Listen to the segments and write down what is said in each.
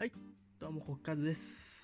はい、どうもこっかずです。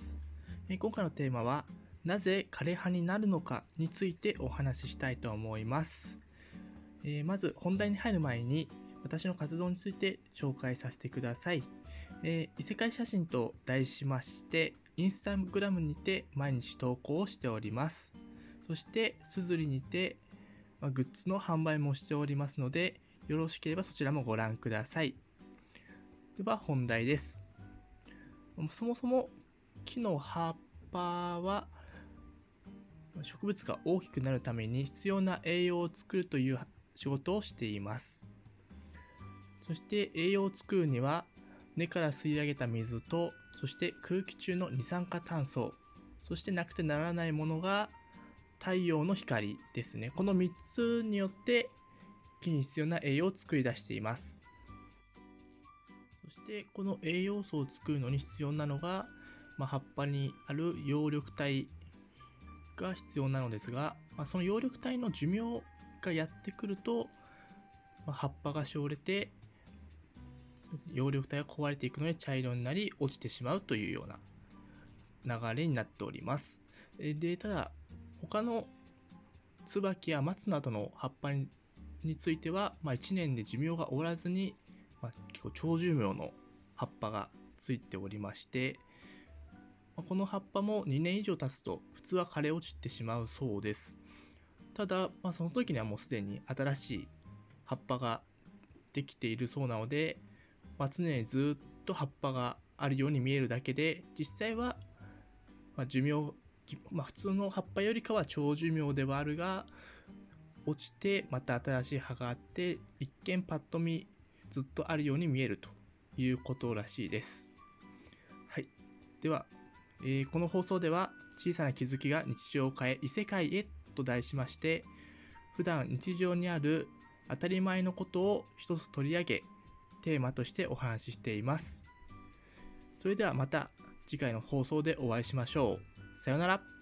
今回のテーマはなぜ枯葉になるのかについてお話ししたいと思います。まず本題に入る前に私の活動について紹介させてください。異世界写真と題しましてインスタグラムにて毎日投稿をしております。そしてすずりにてグッズの販売もしておりますので、よろしければそちらもご覧ください。では本題です。そもそも木の葉っぱは植物が大きくなるために必要な栄養を作るという仕事をしています。そして栄養を作るには根から吸い上げた水と、そして空気中の二酸化炭素、そしてなくてならないものが太陽の光ですね。この3つによって木に必要な栄養を作り出しています。そしてこの栄養素を作るのに必要なのが、葉っぱにある葉緑体が必要なのですが、その葉緑体の寿命がやってくると、葉っぱがしおれて葉緑体が壊れていくので茶色になり落ちてしまうというような流れになっております。で、ただ他の椿や松などの葉っぱについては、1年で寿命が終わらずに、結構長寿命の葉っぱがついておりまして、この葉っぱも2年以上経つと普通は枯れ落ちてしまうそうです。ただ、その時にはもうすでに新しい葉っぱができているそうなので、常にずっと葉っぱがあるように見えるだけで、実際は寿命、普通の葉っぱよりかは長寿命ではあるが、落ちてまた新しい葉があって、一見パッと見ずっとあるように見えるということらしいです。はい。では、この放送では小さな気づきが日常を変え異世界へと題しまして、普段日常にある当たり前のことを一つ取り上げテーマとしてお話ししています。それではまた次回の放送でお会いしましょう。さようなら。